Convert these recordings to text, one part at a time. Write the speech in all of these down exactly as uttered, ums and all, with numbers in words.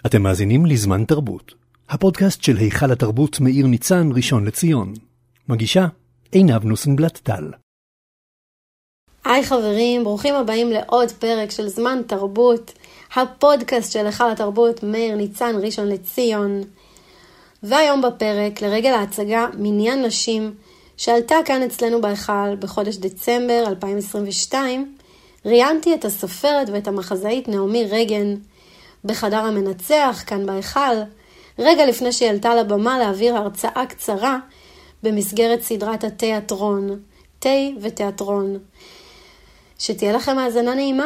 אתם מאזינים לזמן תרבות, הפודקאסט של היכל התרבות מאיר ניצן ראשון לציון. מגישה עינב נוסנבלט טל. היי חברים, ברוכים הבאים לעוד פרק של זמן תרבות, הפודקאסט של היכל התרבות מאיר ניצן ראשון לציון. והיום בפרק, לרגל ההצגה מניין נשים, שעלתה כאן אצלנו בהיכל בחודש דצמבר אלפיים עשרים ושתיים, ראיינתי את הסופרת ואת המחזאית נעמי רגן, בחדר המנצח, כאן בהיכל, רגע לפני שהיא עלתה לבמה להעביר הרצאה קצרה במסגרת סדרת התיאטרון, תה ותיאטרון. שתהיה לכם האזנה נעימה.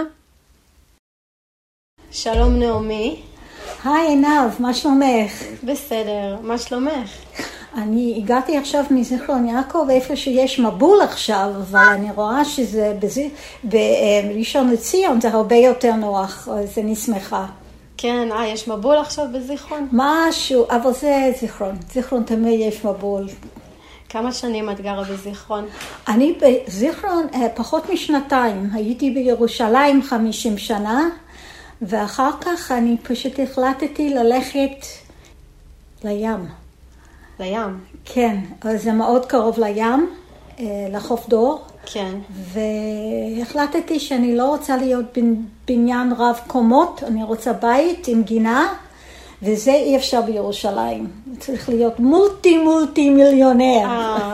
שלום נעמי. היי עינב, מה שלומך? בסדר, מה שלומך? אני הגעתי עכשיו מזיכרון יעקב, איפה שיש מבול עכשיו, אבל אני רואה שזה בראשון לציון זה הרבה יותר נוח, אז אני שמחה. כן, אה, יש מבול עכשיו בזיכרון? משהו, אבל זה זיכרון. זיכרון תמיד יש מבול. כמה שנים את גרה בזיכרון? אני בזיכרון פחות משנתיים. הייתי בירושלים חמישים שנה, ואחר כך אני פשוט החלטתי ללכת לים. לים? כן, אז זה מאוד קרוב לים, לחוף דור. כן. והחלטתי שאני לא רוצה להיות בניין רב קומות, אני רוצה בית עם גינה, וזה אי אפשר בירושלים. צריך להיות מולטי מולטי מיליונר.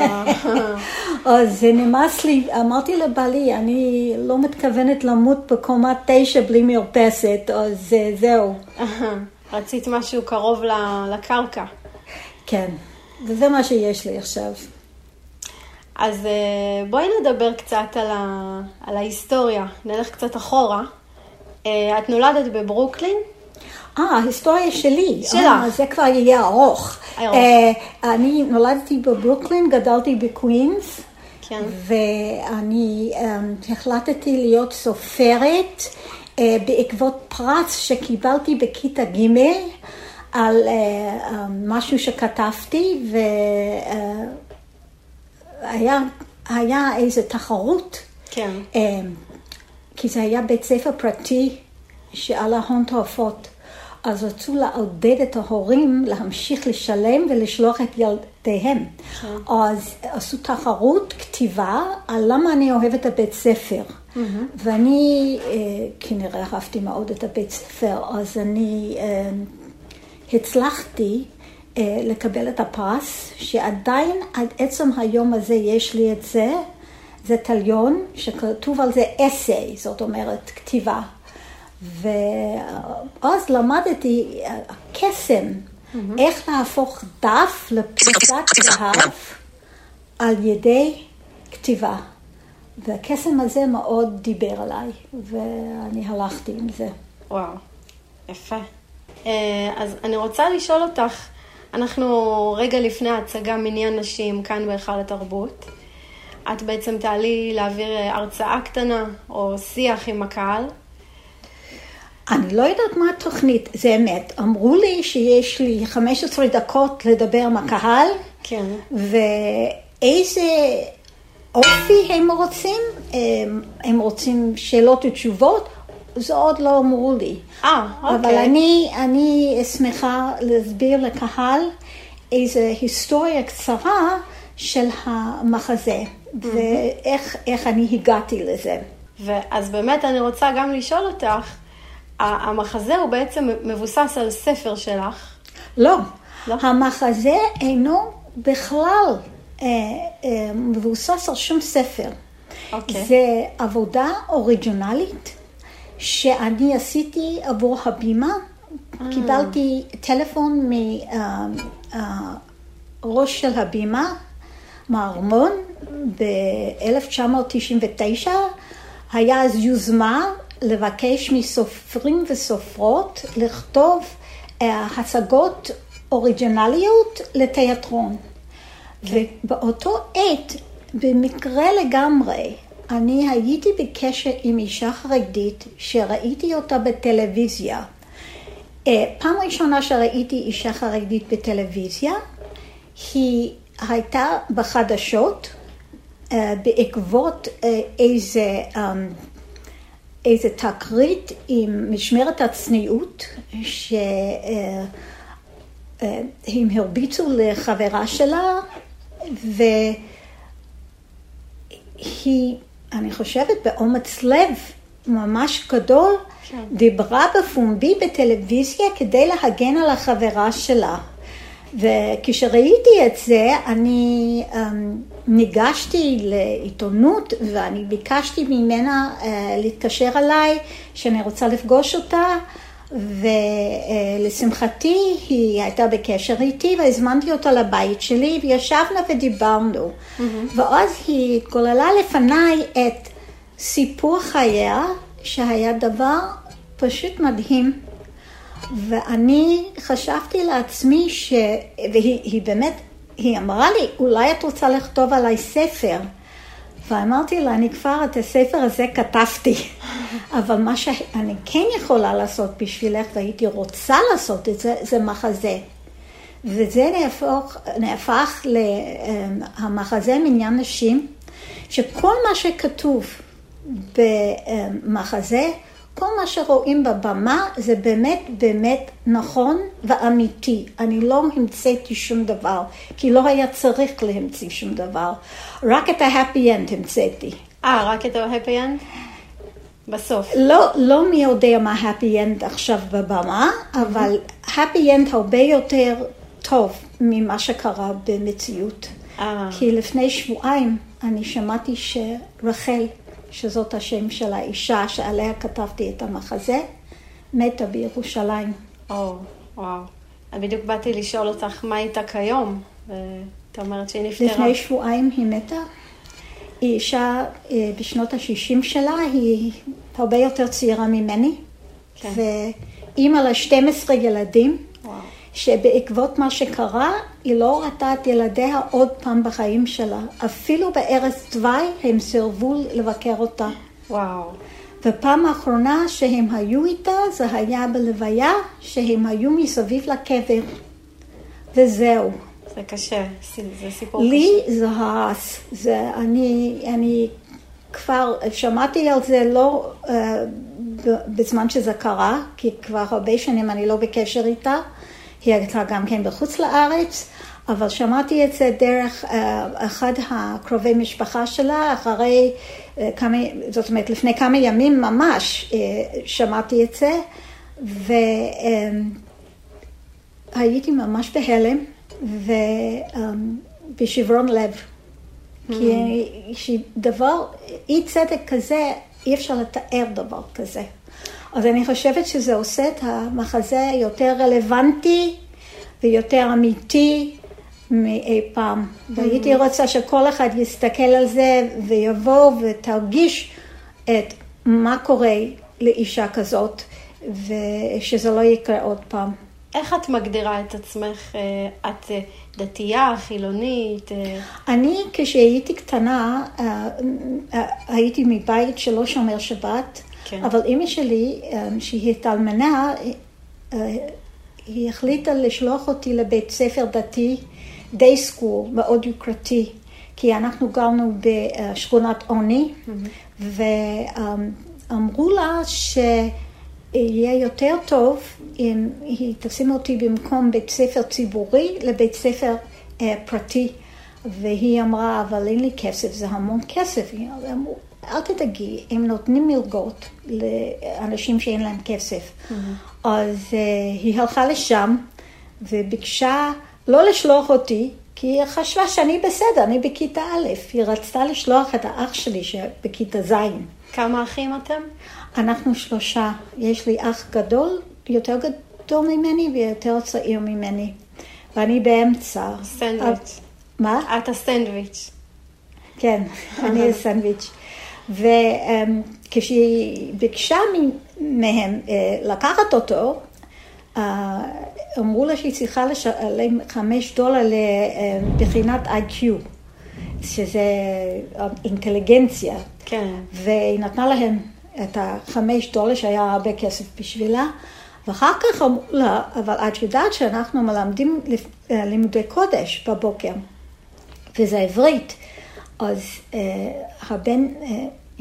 אז זה נמאס לי, אמרתי לבעלי, אני לא מתכוונת למות בקומה תשע בלי מרפסת, אז זהו. רצית משהו קרוב לקרקע. כן, וזה מה שיש לי עכשיו. אז בואי נדבר קצת על, ה... על ההיסטוריה, נלך קצת אחורה. את נולדת בברוקלין? אה, ההיסטוריה שלי. שלך. אה, זה כבר יהיה ארוך. ארוך. אני נולדתי בברוקלין, גדלתי בקווינס, כן. ואני החלטתי להיות סופרת בעקבות פרס שקיבלתי בכיתה ג' על משהו שכתבתי, ו... היה, היה איזו תחרות, כן. כי זה היה בית ספר פרטי שעלה הון תועפות. אז רצו לעודד את ההורים להמשיך לשלם ולשלוח את ילדיהם. כן. אז עשו תחרות כתיבה על למה אני אוהבת את הבית ספר. Mm-hmm. ואני כנראה אהבתי מאוד את הבית ספר, אז אני הצלחתי לקבל את הפרס, שעדיין עד עצם היום הזה יש לי את זה, זה תליון שכתוב על זה אסי, זאת אומרת כתיבה. ואז למדתי קסם, mm-hmm. איך להפוך דף לפריצת זהב על ידי כתיבה. והקסם הזה מאוד דיבר עליי, ואני הלכתי עם זה. וואו, יפה. אז אני רוצה לשאול אותך, אנחנו רגע לפני ההצגה מניין נשים כאן בהיכל התרבות. את בעצם תעלי להעביר הרצאה קטנה או שיח עם הקהל? אני לא יודעת מה התוכנית, זה אמת. אמרו לי שיש לי חמש עשרה דקות לדבר עם הקהל. כן. ואיזה אופי הם רוצים? הם רוצים שאלות ותשובות? זה עוד לא אמרו לי. אה, אוקיי. אבל אני, אני שמחה להסביר לקהל איזו היסטוריה קצרה של המחזה, mm-hmm. ואיך איך אני הגעתי לזה. ואז באמת אני רוצה גם לשאול אותך, המחזה הוא בעצם מבוסס על ספר שלך? לא, לא? המחזה אינו בכלל אה, אה, מבוסס על שום ספר. אוקיי. זה עבודה אוריג'ינלית, שאני עשיתי עבור הבימה, אה. קיבלתי טלפון מראש של הבימה, מהארמון, ב-אלף תשע מאות תשעים ותשע, היה אז יוזמה לבקש מסופרים וסופרות לכתוב הצגות אוריג'ינליות לתיאטרון. ובאותו עת, במקרה לגמרי, אני הייתי בקשר עם אישה חרדית שראיתי אותה בטלוויזיה. פעם ראשונה שראיתי אישה חרדית בטלוויזיה, היא הייתה בחדשות בעקבות איזה איזה תקרית עם משמרת הצניעות, שהם הרביצו לחברה שלה, והיא, אני חושבת, באומץ לב ממש גדול, כן. דיברה בפומבי בטלוויזיה כדי להגן על החברה שלה. וכשראיתי את זה, אני um, ניגשתי לעיתונות, ואני ביקשתי ממנה uh, להתקשר עליי, שאני רוצה לפגוש אותה, ולשמחתי uh, היא הייתה בקשר איתי, והזמנתי אותה לבית שלי, וישבנו ודיברנו. Mm-hmm. ואז היא התגוללה לפניי את סיפור חייה, שהיה דבר פשוט מדהים. ואני חשבתי לעצמי ש... והיא היא באמת, היא אמרה לי, אולי את רוצה לכתוב עליי ספר. ואמרתי לה, אני כבר את הספר הזה כתבתי. אבל מה שאני כן יכולה לעשות בשבילך, והייתי רוצה לעשות את זה, זה מחזה. וזה נהפך, נהפך למחזה מניין נשים, שכל מה שכתוב במחזה, כל מה שרואים בבמה זה באמת באמת נכון ואמיתי. אני לא המצאתי שום דבר, כי לא היה צריך להמציא שום דבר. רק את ה-happy end המצאתי. אה, רק את ה-happy end? בסוף. לא, לא מי יודע מה happy end עכשיו בבמה, אבל happy end הרבה יותר טוב ממה שקרה במציאות. אה. כי לפני שבועיים אני שמעתי שרחל, שזאת השם של האישה שעליה כתבתי את המחזה, מתה בירושלים. או, וואו. אני בדיוק באתי לשאול אותך מה הייתה כיום, ואת אומרת שהיא נפטרה. לפני שבועיים היא מתה. היא אישה בשנות ה-שישים שלה, היא הרבה יותר צעירה ממני, כן. ואימא ל-שנים עשר ילדים, וואו. שבעקבות מה שקרה, היא לא ראתה את ילדיה עוד פעם בחיים שלה. אפילו בארץ תוואי הם סירבו לבקר אותה. וואו. ופעם האחרונה שהם היו איתה, זה היה בלוויה, שהם היו מסביב לקבר. וזהו. זה קשה, זה סיפור לי קשה. לי זה הרס. זה, אני, אני כבר שמעתי על זה לא uh, בזמן שזה קרה, כי כבר הרבה שנים אני לא בקשר איתה. היא הייתה גם כן בחוץ לארץ, אבל שמעתי את זה דרך uh, אחד הקרובי משפחה שלה, אחרי uh, כמה, זאת אומרת, לפני כמה ימים ממש uh, שמעתי את זה, והייתי um, ממש בהלם, ובשברון um, לב, mm. כי דבר, אי צדק כזה, אי אפשר לתאר דבר כזה. אז אני חושבת שזה עושה את המחזה יותר רלוונטי ויותר אמיתי מאי פעם. Mm-hmm. והייתי רוצה שכל אחד יסתכל על זה ויבוא ותרגיש את מה קורה לאישה כזאת, ושזה לא יקרה עוד פעם. איך את מגדירה את עצמך? את דתייה, חילונית? אני כשהייתי קטנה, הייתי מבית שלא שומר שבת, כן. אבל אמא שלי, שהיא התאלמנה, היא החליטה לשלוח אותי לבית ספר דתי, די סקול, מאוד יוקרתי, כי אנחנו גרנו בשכונת עוני, mm-hmm. ואמרו לה שיהיה יותר טוב אם היא תשים אותי במקום בית ספר ציבורי לבית ספר פרטי, והיא אמרה, אבל אין לי כסף, זה המון כסף. אמרו, אל תדאגי, הם נותנים מלגות לאנשים שאין להם כסף. Mm-hmm. אז uh, היא הלכה לשם וביקשה לא לשלוח אותי, כי היא חשבה שאני בסדר, אני בכיתה א'. היא רצתה לשלוח את האח שלי שבכיתה ז'. כמה אחים אתם? אנחנו שלושה. יש לי אח גדול, יותר גדול ממני ויותר צעיר ממני. ואני באמצע. סנדוויץ'. מה? את הסנדוויץ'. כן, אני הסנדוויץ'. וכשהיא ביקשה מהם לקחת אותו, אמרו לה שהיא צריכה לשלם חמש דולר לבחינת איי קיו, שזה אינטליגנציה. כן. והיא נתנה להם את החמש דולר שהיה הרבה כסף בשבילה, ואחר כך אמרו לה, אבל את יודעת שאנחנו מלמדים לימודי קודש בבוקר, וזה עברית. אז הבן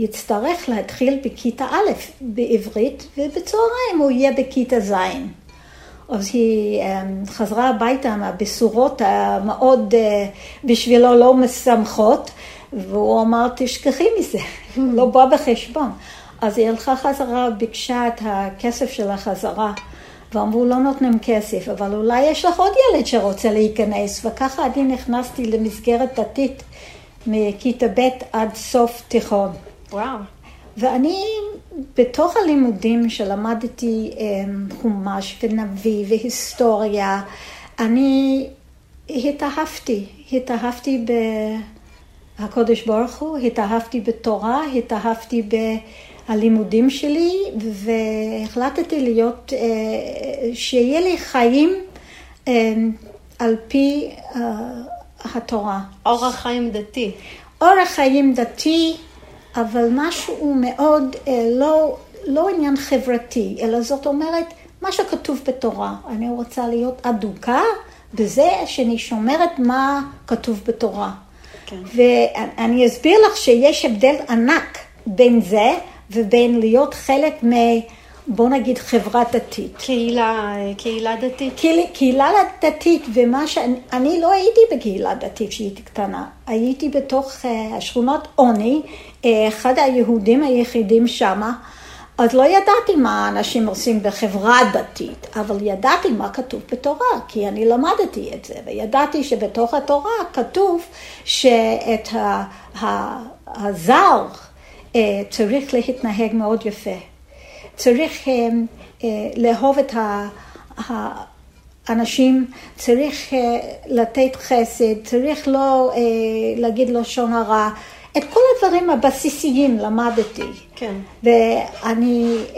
יצטרך להתחיל בכיתה א' בעברית, ובצהריים הוא יהיה בכיתה ז'. אז היא חזרה הביתה מהבשורות המאוד בשבילו לא משמחות, והוא אמר, תשכחי מזה, לא בא בחשבון. אז היא הלכה חזרה, ביקשה את הכסף של החזרה, ואמרו, לא נותנים כסף, אבל אולי יש לך עוד ילד שרוצה להיכנס, וככה אני נכנסתי למסגרת דתית מכיתה ב' עד סוף תיכון. וואו. ואני, בתוך הלימודים שלמדתי חומש ונביא והיסטוריה, אני התאהבתי, התאהבתי בהקדוש ברוך הוא, התאהבתי בתורה, התאהבתי בלימודים שלי, והחלטתי להיות, שיהיה לי חיים על פי התורה. אורח חיים דתי. אורח חיים דתי, אבל משהו מאוד לא, לא עניין חברתי, אלא זאת אומרת, מה שכתוב בתורה. אני רוצה להיות אדוקה בזה שאני שומרת מה כתוב בתורה. כן. ואני אסביר לך שיש הבדל ענק בין זה ובין להיות חלק מ... בוא נגיד חברה דתית. קהילה, קהילה דתית. קהילה, קהילה דתית, ומה שאני, אני לא הייתי בקהילה דתית כשהייתי קטנה. הייתי בתוך uh, השכונות עוני, uh, אחד היהודים היחידים שמה, אז לא ידעתי מה אנשים עושים בחברה דתית, אבל ידעתי מה כתוב בתורה, כי אני למדתי את זה, וידעתי שבתוך התורה כתוב שאת ה, ה, הזר uh, צריך להתנהג מאוד יפה. צריך uh, uh, לאהוב את האנשים, צריך uh, לתת חסד, צריך לא uh, להגיד לשון הרע. את כל הדברים הבסיסיים למדתי. כן. ואני, uh,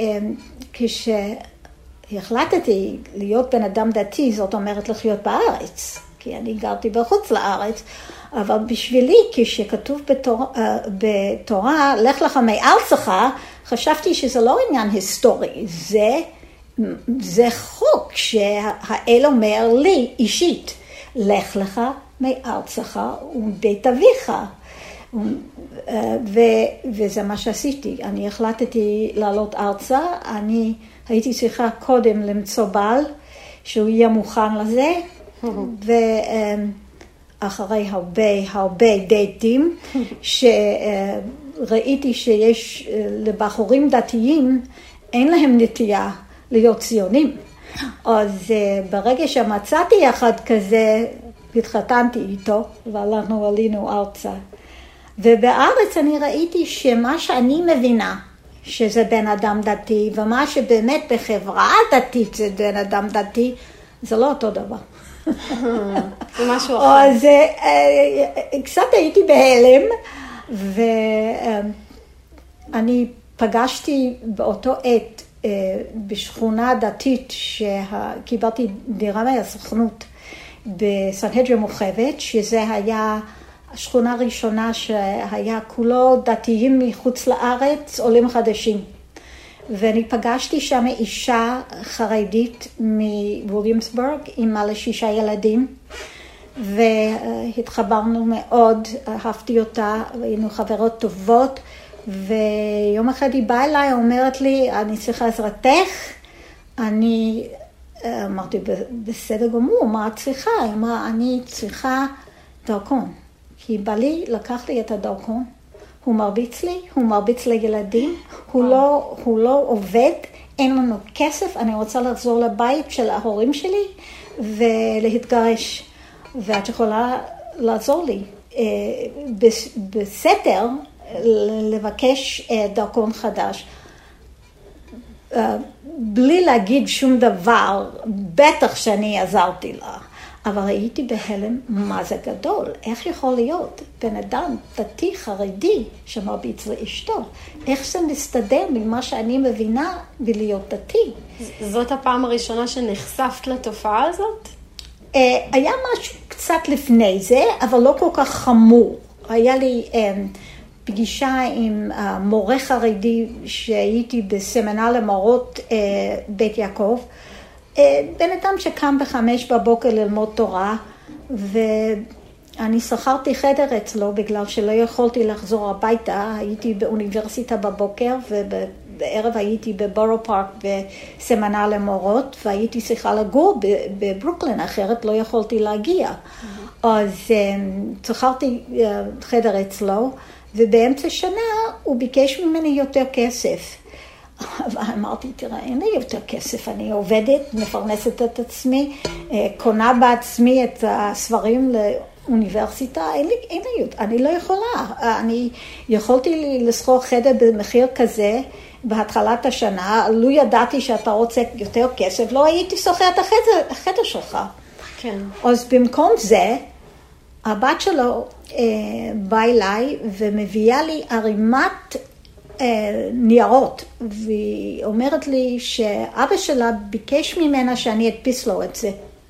כשהחלטתי להיות בן אדם דתי, זאת אומרת לחיות בארץ, כי אני גרתי בחוץ לארץ, אבל בשבילי, כשכתוב בתורה, uh, בתורה לך לך מארצך, חשבתי שזה לא עניין היסטורי, זה, זה חוק שהאל אומר לי אישית, לך לך מארצך ובית אביך. ו, וזה מה שעשיתי. אני החלטתי לעלות ארצה, אני הייתי צריכה קודם למצוא בעל, שהוא יהיה מוכן לזה, ואחרי הרבה הרבה דייטים, ש... ראיתי שיש לבחורים דתיים, אין להם נטייה להיות ציונים. אז ברגע שמצאתי אחד כזה, התחתנתי איתו, והלכנו עלינו ארצה. ובארץ אני ראיתי שמה שאני מבינה, שזה בן אדם דתי, ומה שבאמת בחברה דתית זה בן אדם דתי, זה לא אותו דבר. זה משהו אחר. אז קצת הייתי בהלם, ואני פגשתי באותו עת בשכונה דתית שקיבלתי דירה מהסוכנות בסנהדריה מורחבת, שזה היה השכונה הראשונה שהיה כולו דתיים מחוץ לארץ, עולים חדשים. ואני פגשתי שם אישה חרדית מוויליאמסבורג, אימא לשישה ילדים. והתחברנו מאוד, אהבתי אותה, והיינו חברות טובות, ויום אחד היא באה אליי, אומרת לי, אני צריכה עזרתך, אני אמרתי, בסדר גמור, מה את צריכה? היא אמרה, אני צריכה דרכון, כי בעלי לקח לי את הדרכון, הוא מרביץ לי, הוא מרביץ לילדים, הוא לא, הוא לא עובד, אין לנו כסף, אני רוצה לחזור לבית של ההורים שלי, ולהתגרש. ואת יכולה לעזור לי בסתר לבקש דרכון חדש. בלי להגיד שום דבר, בטח שאני עזרתי לה. אבל הייתי בהלם, מה זה גדול? איך יכול להיות בן אדם דתי חרדי שמרביץ לאשתו? איך זה מסתדר ממה שאני מבינה בלהיות דתי? זאת הפעם הראשונה שנחשפת לתופעה הזאת? היה משהו קצת לפני זה, אבל לא כל כך חמור. היה לי פגישה עם מורה חרדי שהייתי בסמינר למורות בית יעקב, בן אדם שקם בחמש בבוקר ללמוד תורה, אני שכרתי חדר אצלו בגלל שלא יכולתי לחזור הביתה, הייתי באוניברסיטה בבוקר ובערב הייתי בבורו פארק בסמינר למורות והייתי צריכה לגור בברוקלין, אחרת לא יכולתי להגיע. Mm-hmm. אז שכרתי חדר אצלו ובאמצע שנה הוא ביקש ממני יותר כסף. ואמרתי, תראה, אין לי יותר כסף, אני עובדת, מפרנסת את עצמי, קונה בעצמי את הספרים לאוניברסיטה, אין לי, אין לי, אני לא יכולה. אני יכולתי לשכור חדר במחיר כזה בהתחלת השנה, לו ידעתי שאתה רוצה יותר כסף, לא הייתי שוכר את החדר, החדר שלך. כן. אז במקום זה, הבת שלו אה, באה אליי ומביאה לי ערימת ניירות, והיא אומרת לי שאבא שלה ביקש ממנה שאני אדפיס לו את זה.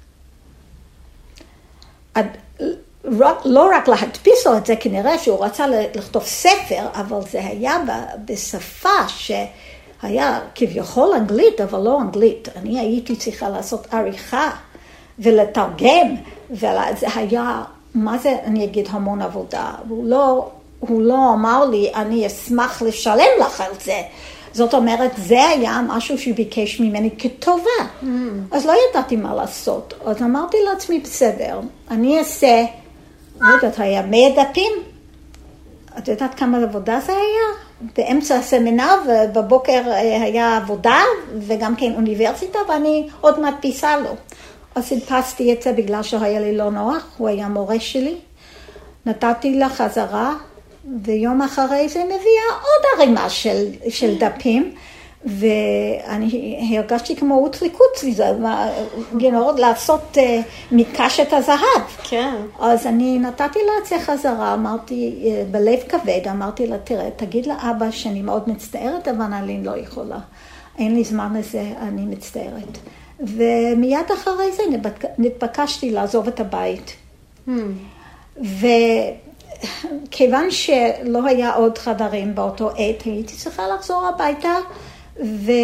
לא רק להדפיס לו את זה, כנראה שהוא רצה לכתוב ספר, אבל זה היה בשפה שהיה כביכול אנגלית, אבל לא אנגלית. אני הייתי צריכה לעשות עריכה ולתרגם, וזה היה, מה זה, אני אגיד, המון עבודה. הוא לא... הוא לא אמר לי, אני אשמח לשלם לך על זה. זאת אומרת, זה היה משהו שביקש ממני כטובה. Mm. אז לא ידעתי מה לעשות. אז אמרתי לעצמי, בסדר, אני אעשה, לא יודעת, היה מאה דפים. את יודעת כמה עבודה זה היה? באמצע הסמינר ובבוקר היה עבודה וגם כן אוניברסיטה, ואני עוד מדפיסה לו. אז הדפסתי את זה בגלל שהיה לי לא נוח, הוא היה מורה שלי. נתתי לה חזרה, ויום אחרי זה מביאה עוד ערימה של, של דפים, ואני הרגשתי כמו אוצלי קוצלי, זה, you know, לעשות uh, מקשת הזהב. כן. אז אני נתתי לה את זה חזרה, אמרתי, uh, בלב כבד, אמרתי לה, תראה, תגיד לאבא שאני מאוד מצטערת, אבל אני לא יכולה. אין לי זמן לזה, אני מצטערת. ומיד אחרי זה נתבקשתי לעזוב את הבית. Hmm. ו... כיוון שלא היה עוד חדרים באותו עת, הייתי צריכה לחזור הביתה ולא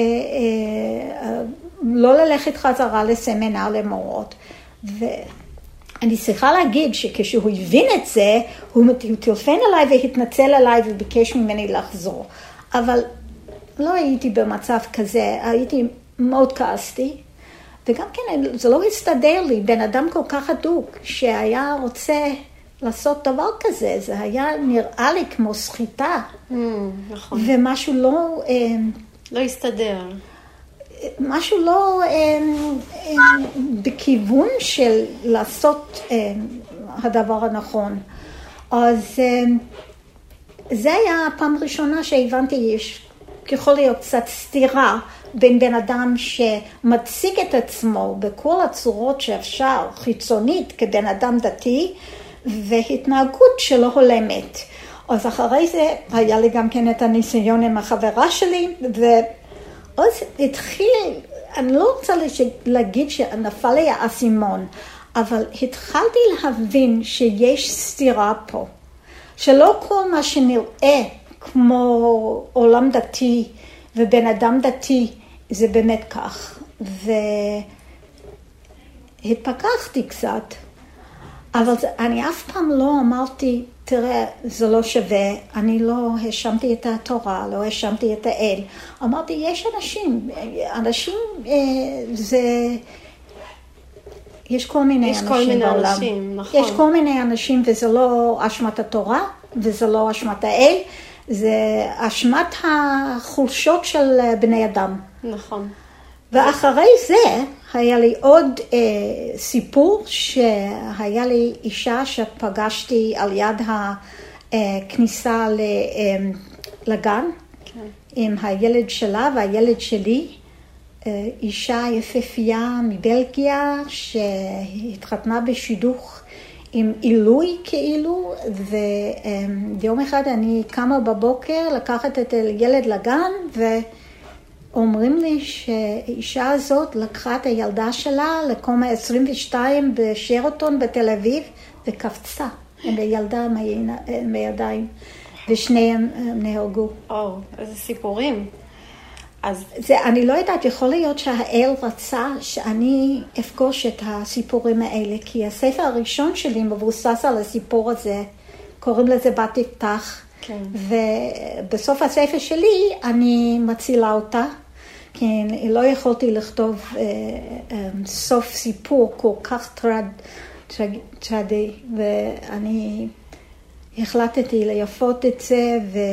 ללכת חזרה לסמינר למורות. ואני צריכה להגיד שכשהוא הבין את זה, הוא טלפן אליי והתנצל אליי וביקש ממני לחזור. אבל לא הייתי במצב כזה, הייתי מאוד כעסתי. וגם כן, זה לא הסתדר לי, בן אדם כל כך הדוק שהיה רוצה... לעשות דבר כזה, זה היה נראה לי כמו סחיטה. Mm, נכון. ומשהו לא... לא הסתדר. משהו לא בכיוון של לעשות הדבר הנכון. אז זה היה הפעם הראשונה שהבנתי, יש ככל להיות קצת סתירה בין בן אדם שמציג את עצמו בכל הצורות שאפשר, חיצונית, כבן אדם דתי, והתנהגות שלא הולמת. אז אחרי זה היה לי גם כן את הניסיון עם החברה שלי, ואז התחיל, אני לא רוצה להגיד שנפל לי האסימון, אבל התחלתי להבין שיש סתירה פה, שלא כל מה שנראה כמו עולם דתי ובן אדם דתי, זה באמת כך. והתפכחתי קצת, אבל אני אף פעם לא אמרתי, תראה, זה לא שווה, אני לא האשמתי את התורה, לא האשמתי את האל. אמרתי, יש אנשים, אנשים זה, יש כל מיני יש אנשים כל מיני בעולם. אנשים, נכון. יש כל מיני אנשים, וזה לא אשמת התורה, וזה לא אשמת האל, זה אשמת החולשות של בני אדם. נכון. ואחרי זה היה לי עוד אה, סיפור שהיה לי אישה שפגשתי על יד הכניסה לגן, כן. עם הילד שלה והילד שלי, אה, אישה יפהפייה מבלגיה שהתחתנה בשידוך עם עילוי כאילו, ויום אחד אני קמה בבוקר לקחת את הילד לגן ו... אומרים לי שהאישה הזאת לקחה את הילדה שלה לקומה עשרים ושתיים בשרתון בתל אביב וקפצה עם הילדה מידיים ושניהם נהרגו. או, איזה סיפורים. אז זה, אני לא יודעת, יכול להיות שהאל רצה שאני אפגוש את הסיפורים האלה, כי הספר הראשון שלי מבוסס על הסיפור הזה, קוראים לזה בת יפתח, כן. ובסוף הספר שלי אני מצילה אותה, כי לא יכולתי לכתוב אה, אה, סוף סיפור כל כך טרד, טרד, טרדי, ואני החלטתי ליפות את זה,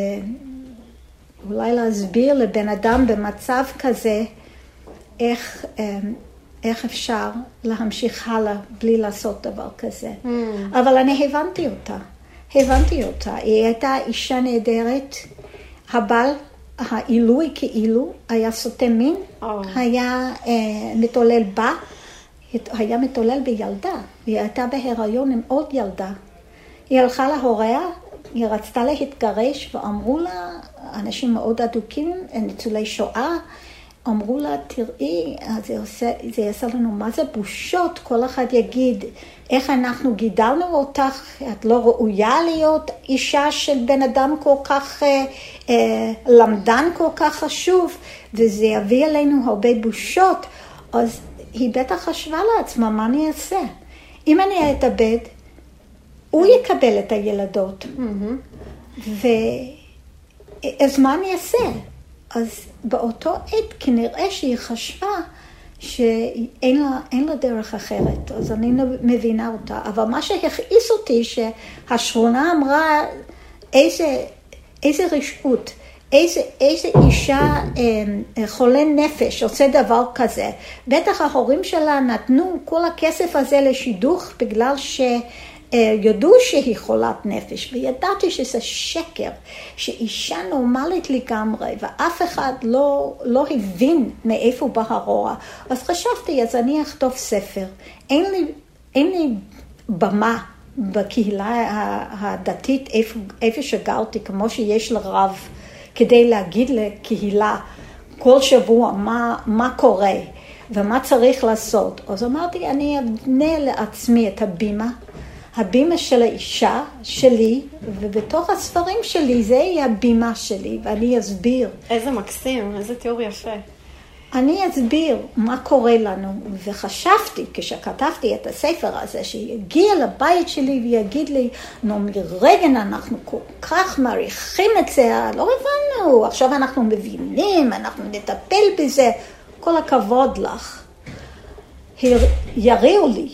ואולי להסביר לבן אדם במצב כזה, איך, אה, איך אפשר להמשיך הלאה בלי לעשות דבר כזה. Mm. אבל אני הבנתי אותה, הבנתי אותה. היא הייתה אישה נהדרת, הבעל, העילוי כאילו, היה סוטה מין, oh. היה אה, מתעולל בה, היה מתעולל בילדה, היא הייתה בהיריון עם עוד ילדה. היא הלכה להוריה, היא רצתה להתגרש, ואמרו לה, אנשים מאוד אדוקים, ניצולי שואה, אמרו לה, תראי, זה עושה, זה יעשה לנו מה זה בושות, כל אחד יגיד, איך אנחנו גידלנו אותך, את לא ראויה להיות אישה של בן אדם כל כך, אה, אה, למדן כל כך חשוב, וזה יביא עלינו הרבה בושות. אז היא בטח חשבה לעצמה, מה אני אעשה? אם אני אתאבד, הוא יקבל את הילדות. Mm-hmm. ו... אז מה אני אעשה? אז באותו עת כנראה שהיא חשבה שאין לה, אין לה דרך אחרת, אז אני מבינה אותה. אבל מה שהכעיס אותי שהשכונה אמרה איזה, איזה רשעות, איזה, איזה אישה אה, חולה נפש עושה דבר כזה. בטח ההורים שלה נתנו כל הכסף הזה לשידוך בגלל ש... ידעו שהיא חולת נפש, וידעתי שזה שקר, שאישה נורמלית לגמרי, ואף אחד לא, לא הבין מאיפה בא הרוע. אז חשבתי, אז אני אכתוב ספר. אין לי, אין לי במה בקהילה הדתית איפה, איפה שגרתי, כמו שיש לרב, כדי להגיד לקהילה כל שבוע מה, מה קורה ומה צריך לעשות. אז אמרתי, אני אבנה לעצמי את הבימה, הבימה של האישה שלי, ובתוך הספרים שלי זה יהיה הבימה שלי, ואני אסביר. איזה מקסים, איזה תיאור יפה. אני אסביר מה קורה לנו, וחשבתי כשכתבתי את הספר הזה, שיגיע לבית שלי ויגיד לי, נעמי רגן, אנחנו כל כך מעריכים את זה, לא הבנו, עכשיו אנחנו מבינים, אנחנו נטפל בזה, כל הכבוד לך. יריעו לי.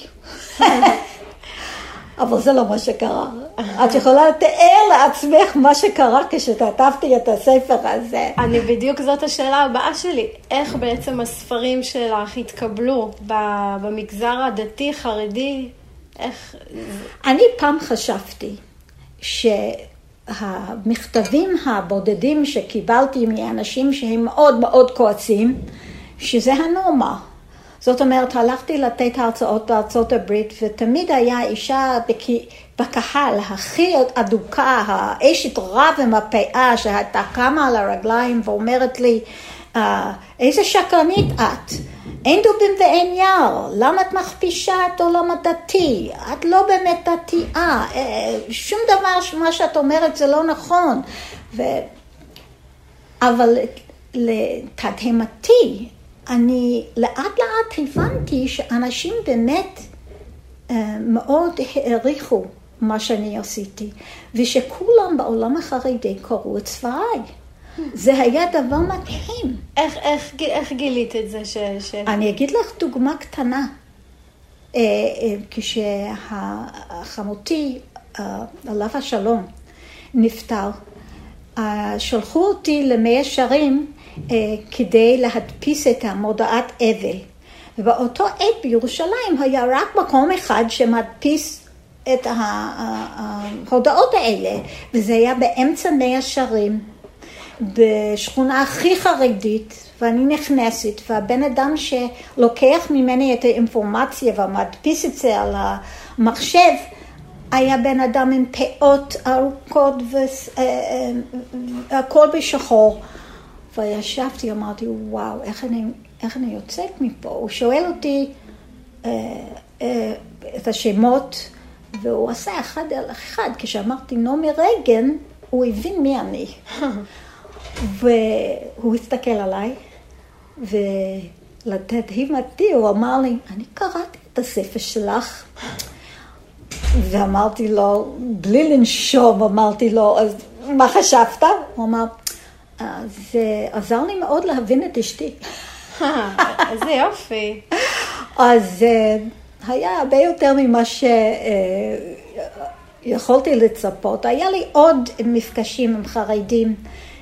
אבל זה לא מה שקרה. את יכולה לתאר לעצמך מה שקרה כשכתבתי את הספר הזה. אני בדיוק זאת השאלה הבאה שלי. איך בעצם הספרים שלך התקבלו במגזר הדתי, חרדי? איך... אני פעם חשבתי שהמכתבים הבודדים שקיבלתי מאנשים שהם מאוד מאוד כועסים, שזה הנורמה. זאת אומרת, הלכתי לתת הרצאות בארצות הברית, ותמיד היה אישה בקהל הכי אדוקה, האשת רב עם הפאה, שהייתה קמה על הרגליים ואומרת לי, איזה שקרנית את? אין דובים ואין יער, למה את מכפישה את עולם הדתי? את לא באמת דתייה, שום דבר מה שאת אומרת זה לא נכון. ו... אבל לתדהמתי, אני לאט לאט הבנתי שאנשים באמת מאוד העריכו מה שאני עשיתי, ושכולם בעולם החרדי קראו את ספריי. זה היה דבר מדהים. איך, איך, איך גילית את זה? ש, ש... אני אגיד לך דוגמה קטנה. כשחמותי, עליו השלום, נפטר, שלחו אותי למאה שערים כדי להדפיס את המודעת אבל. ובאותו עת בירושלים היה רק מקום אחד שמדפיס את ההודעות האלה, וזה היה באמצע מאה שערים, בשכונה הכי חרדית, ואני נכנסת, והבן אדם שלוקח ממני את האינפורמציה ומדפיס את זה על המחשב, היה בן אדם עם פאות ארוכות והכל בשחור. וישבתי, אמרתי, וואו, איך אני, איך אני יוצאת מפה? הוא שואל אותי אה, אה, את השמות, והוא עשה אחד על אחד. כשאמרתי נעמי רגן, הוא הבין מי אני. והוא הסתכל עליי, ולתדהמתי הוא אמר לי, אני קראתי את הספר שלך, ואמרתי לו, בלי לנשום, אמרתי לו, אז מה חשבת? הוא אמר, זה עזר לי מאוד להבין את אשתי. איזה יופי. אז היה הרבה יותר ממה שיכולתי לצפות. היה לי עוד מפגשים עם חרדים,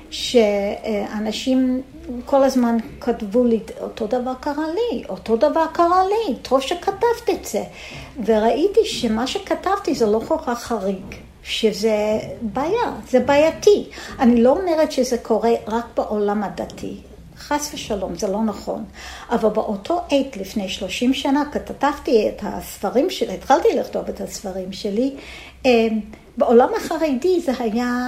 שאנשים כל הזמן כתבו לי, אותו דבר קרה לי, אותו דבר קרה לי, טוב שכתבת את זה. וראיתי שמה שכתבתי זה לא כל כך חריג, שזה בעיה, זה בעייתי. אני לא אומרת שזה קורה רק בעולם הדתי, חס ושלום, זה לא נכון. אבל באותו עת, לפני שלושים שנה, כתבתי את הספרים שלי, התחלתי לכתוב את הספרים שלי, בעולם החרדי זה היה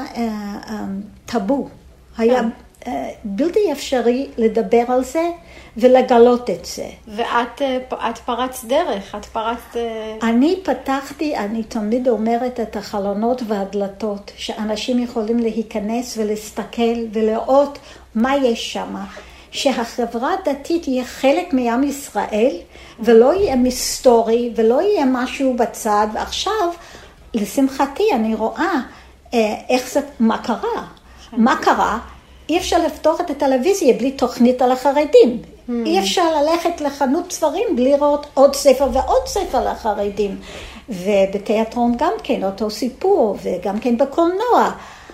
טאבו. היה בלתי אפשרי לדבר על זה ולגלות את זה. ואת את פרצת דרך, את פרצת... אני פתחתי, אני תמיד אומרת את החלונות והדלתות, שאנשים יכולים להיכנס ולהסתכל ולראות מה יש שם. שהחברה הדתית יהיה חלק מעם ישראל, ולא יהיה מסתורי, ולא יהיה משהו בצד. ועכשיו, לשמחתי, אני רואה איך זה, מה קרה. מה קרה? אי אפשר לפתוח את הטלוויזיה בלי תוכנית על החרדים. Hmm. אי אפשר ללכת לחנות ספרים בלי לראות עוד ספר ועוד ספר לחרדים. ובתיאטרון גם כן, אותו סיפור, וגם כן בקולנוע.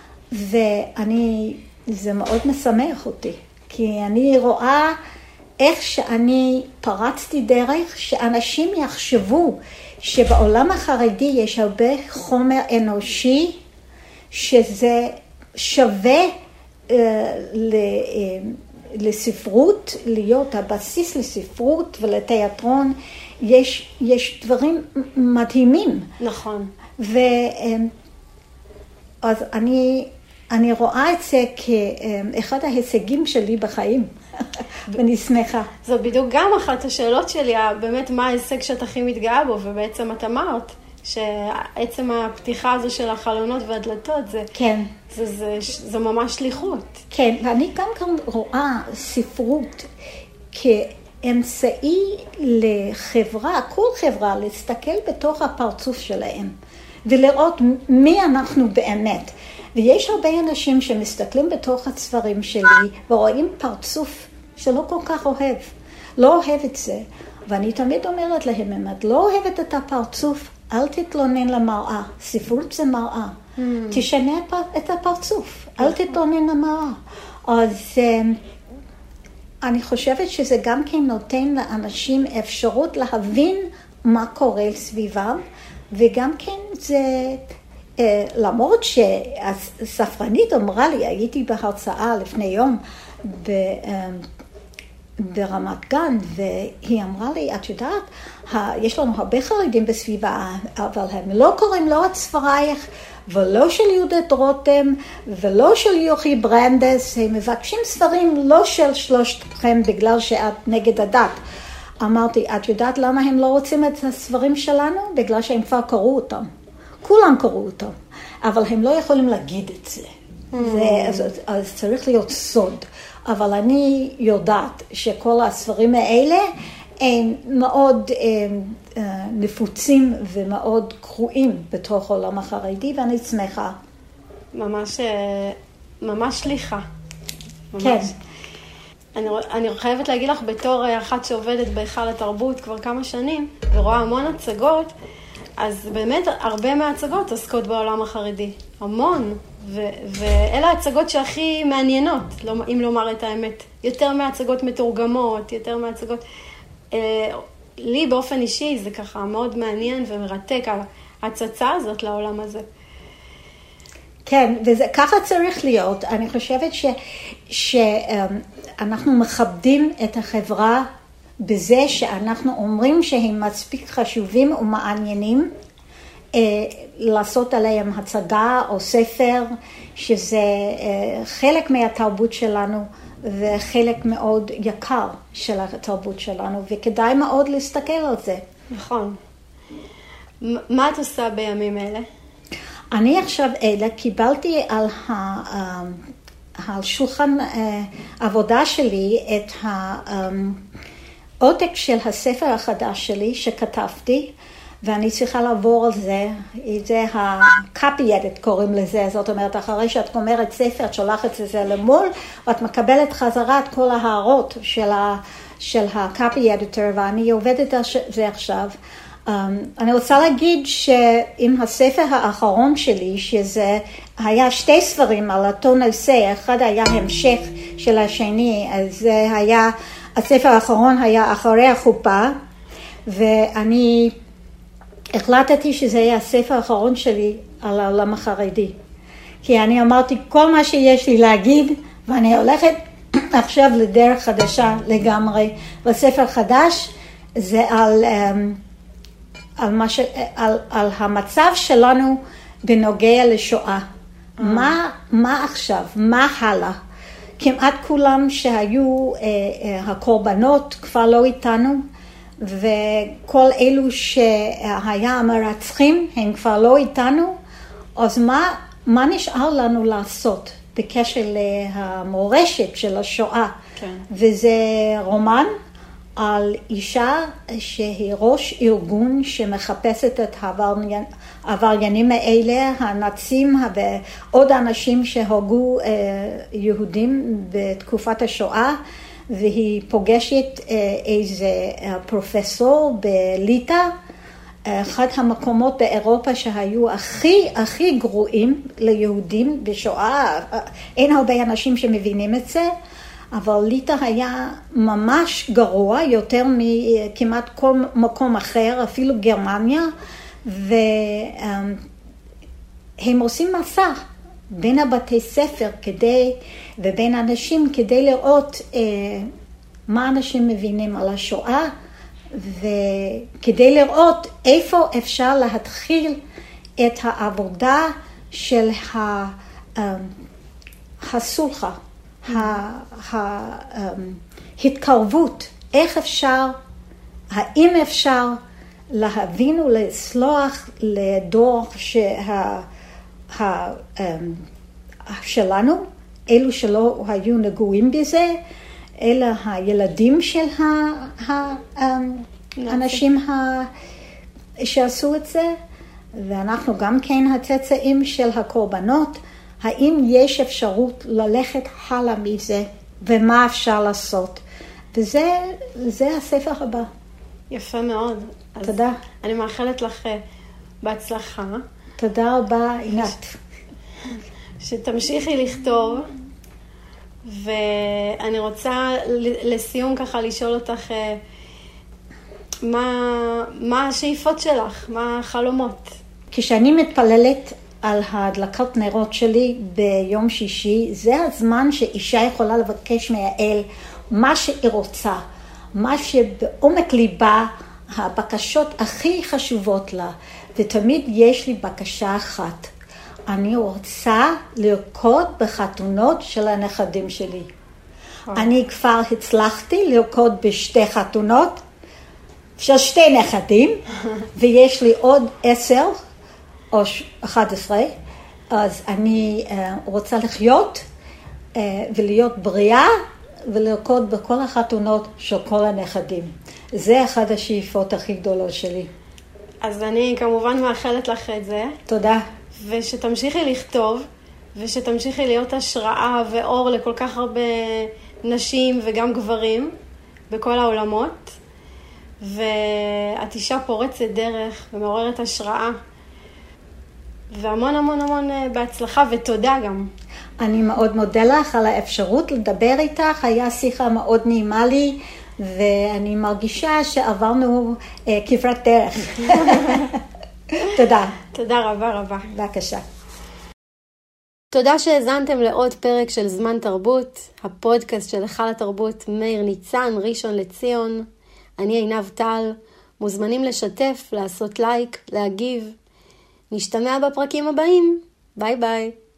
ואני, זה מאוד משמח אותי. כי אני רואה איך שאני פרצתי דרך, שאנשים יחשבו שבעולם החרדי יש הרבה חומר אנושי, שזה שווה uh, ל, uh, לספרות, להיות הבסיס לספרות ולתיאטרון. יש, יש דברים מדהימים. נכון. ואז uh, אני... אני רואה את זה כאחד ההישגים שלי בחיים, ואני שמחה. זו בדיוק גם אחת השאלות שלי, באמת מה ההישג שאת הכי מתגאה בו, ובעצם את אמרת שעצם הפתיחה הזו של החלונות והדלתות, זה, כן. זה, זה, זה, זה ממש שליחות. כן, ואני גם כאן רואה ספרות כאמצעי לחברה, כל חברה, להסתכל בתוך הפרצוף שלהם, ולראות מי אנחנו באמת. ויש הרבה אנשים שמסתכלים בתוך הספרים שלי ורואים פרצוף שלא כל כך אוהב, לא אוהב את זה. ואני תמיד אומרת להם, אם את לא אוהבת את הפרצוף, אל תתלונן למראה. ספרות זה מראה. Mm. תשנה את הפרצוף, אל תתלונן למראה. אז אני חושבת שזה גם כן נותן לאנשים אפשרות להבין מה קורה סביבם, וגם כן זה... למרות שהספרנית אמרה לי, הייתי בהרצאה לפני יום ברמת גן, והיא אמרה לי, את יודעת, יש לנו הרבה חרדים בסביבה, אבל הם לא קוראים לא את ספרייך, ולא של יהודית רותם, ולא של יוכי ברנדס, הם מבקשים ספרים לא של שלושתכם בגלל שאת נגד הדת. אמרתי, את יודעת למה הם לא רוצים את הספרים שלנו? בגלל שהם כבר קראו אותם. כולם קראו אותם, אבל הם לא יכולים להגיד את זה. Mm. זה אז, אז צריך להיות סוד. אבל אני יודעת שכל הספרים האלה הם מאוד הם, נפוצים ומאוד קרואים בתוך עולם החרדי, ואני שמחה. ממש, ממש שליחה. ממש. כן. אני, אני חייבת להגיד לך, בתור אחת שעובדת בהיכל התרבות כבר כמה שנים, ורואה המון הצגות, אז באמת הרבה מההצגות עוסקות בעולם החרדי, המון, ו- ואלה ההצגות שהכי מעניינות, אם לומר את האמת. יותר מההצגות מתורגמות, יותר מההצגות... אה, לי באופן אישי זה ככה מאוד מעניין ומרתק על ההצצה הזאת לעולם הזה. כן, וככה צריך להיות. אני חושבת ש, שאנחנו מכבדים את החברה בזה שאנחנו אומרים שהם מספיק חשובים ומעניינים, אה, לעשות עליהם הצגה או ספר, שזה אה, חלק מהתרבות שלנו וחלק מאוד יקר של התרבות שלנו, וכדאי מאוד להסתכל על זה. נכון. מה את עושה בימים אלה? אני עכשיו אלה קיבלתי על ה... על שולחן עבודה שלי את העותק של הספר החדש שלי שכתבתי, ואני צריכה לעבור על זה, זה ה-copy edit קוראים לזה, זאת אומרת, אחרי שאת גומרת ספר, את שולחת את זה למול, ואת מקבלת חזרה את כל ההערות של ה... של ה-copy editor, ואני עובדת על זה עכשיו. Um, אני רוצה להגיד שעם הספר האחרון שלי, שזה היה שתי ספרים על אותו נושא, אחד היה המשך של השני, אז זה היה, הספר האחרון היה אחרי החופה, ואני החלטתי שזה היה הספר האחרון שלי על העולם החרדי. כי אני אמרתי, כל מה שיש לי להגיד, ואני הולכת עכשיו לדרך חדשה לגמרי. בספר חדש זה על, על, מה ש, על, על המצב שלנו בנוגע לשואה. Mm. מה, מה עכשיו? מה הלאה? כמעט כולם שהיו הקורבנות כבר לא איתנו, וכל אלו שהיה המרצחים הם כבר לא איתנו, אז מה, מה נשאר לנו לעשות בקשר למורשת של השואה? כן. וזה רומן על אישה שהיא ראש ארגון שמחפשת את העבריינים האלה, הנאצים ועוד אנשים שהרגו יהודים בתקופת השואה, והיא פוגשת איזה פרופסור בליטא, אחד המקומות באירופה שהיו הכי הכי גרועים ליהודים בשואה. אין הרבה אנשים שמבינים את זה, אבל ליטא היה ממש גרוע יותר מכמעט כל מקום אחר, אפילו גרמניה, והם עושים מסע בין הבתי ספר כדי, ובין אנשים כדי לראות אה, מה אנשים מבינים על השואה, וכדי לראות איפה אפשר להתחיל את העבודה של ה, אה, הסולחה, ההתקרבות, איך אפשר, האם אפשר להבין ולסלוח לדור שה... ה, שלנו, אלו שלא היו נגועים בזה, אלא הילדים של האנשים שעשו את זה, ואנחנו גם כן הצאצאים של הקורבנות. האם יש אפשרות ללכת הלאה מזה, ומה אפשר לעשות? וזה זה הספר הבא. יפה מאוד. תודה. אני מאחלת לך בהצלחה. תודה רבה, עינת. שתמשיכי לכתוב, ואני רוצה לסיום ככה לשאול אותך, מה, מה השאיפות שלך? מה החלומות? כשאני מתפללת על ההדלקת נרות שלי ביום שישי, זה הזמן שאישה יכולה לבקש מהאל מה שהיא רוצה, מה שבעומק ליבה הבקשות הכי חשובות לה, ותמיד יש לי בקשה אחת. אני רוצה לרקוד בחתונות של הנכדים שלי. Oh. אני כבר הצלחתי לרקוד בשתי חתונות של שתי נכדים, ויש לי עוד עשר או אחד עשרה, אז אני uh, רוצה לחיות uh, ולהיות בריאה ולרקוד בכל החתונות של כל הנכדים. זה אחד השאיפות הכי גדולות שלי. אז אני כמובן מאחלת לך את זה. תודה. ושתמשיכי לכתוב, ושתמשיכי להיות השראה ואור לכל כך הרבה נשים וגם גברים בכל העולמות. ואת אישה פורצת דרך ומעוררת השראה. והמון המון המון בהצלחה ותודה גם. אני מאוד מודה לך על האפשרות לדבר איתך, היה שיחה מאוד נעימה לי, ואני מרגישה שעברנו אה, כברת דרך. תודה. תודה רבה רבה. בבקשה. תודה שהזנתם לעוד פרק של זמן תרבות, הפודקאסט של היכל התרבות מאיר ניצן, ראשון לציון. אני עינב טל, מוזמנים לשתף, לעשות לייק, להגיב. נשתמע בפרקים הבאים. ביי ביי.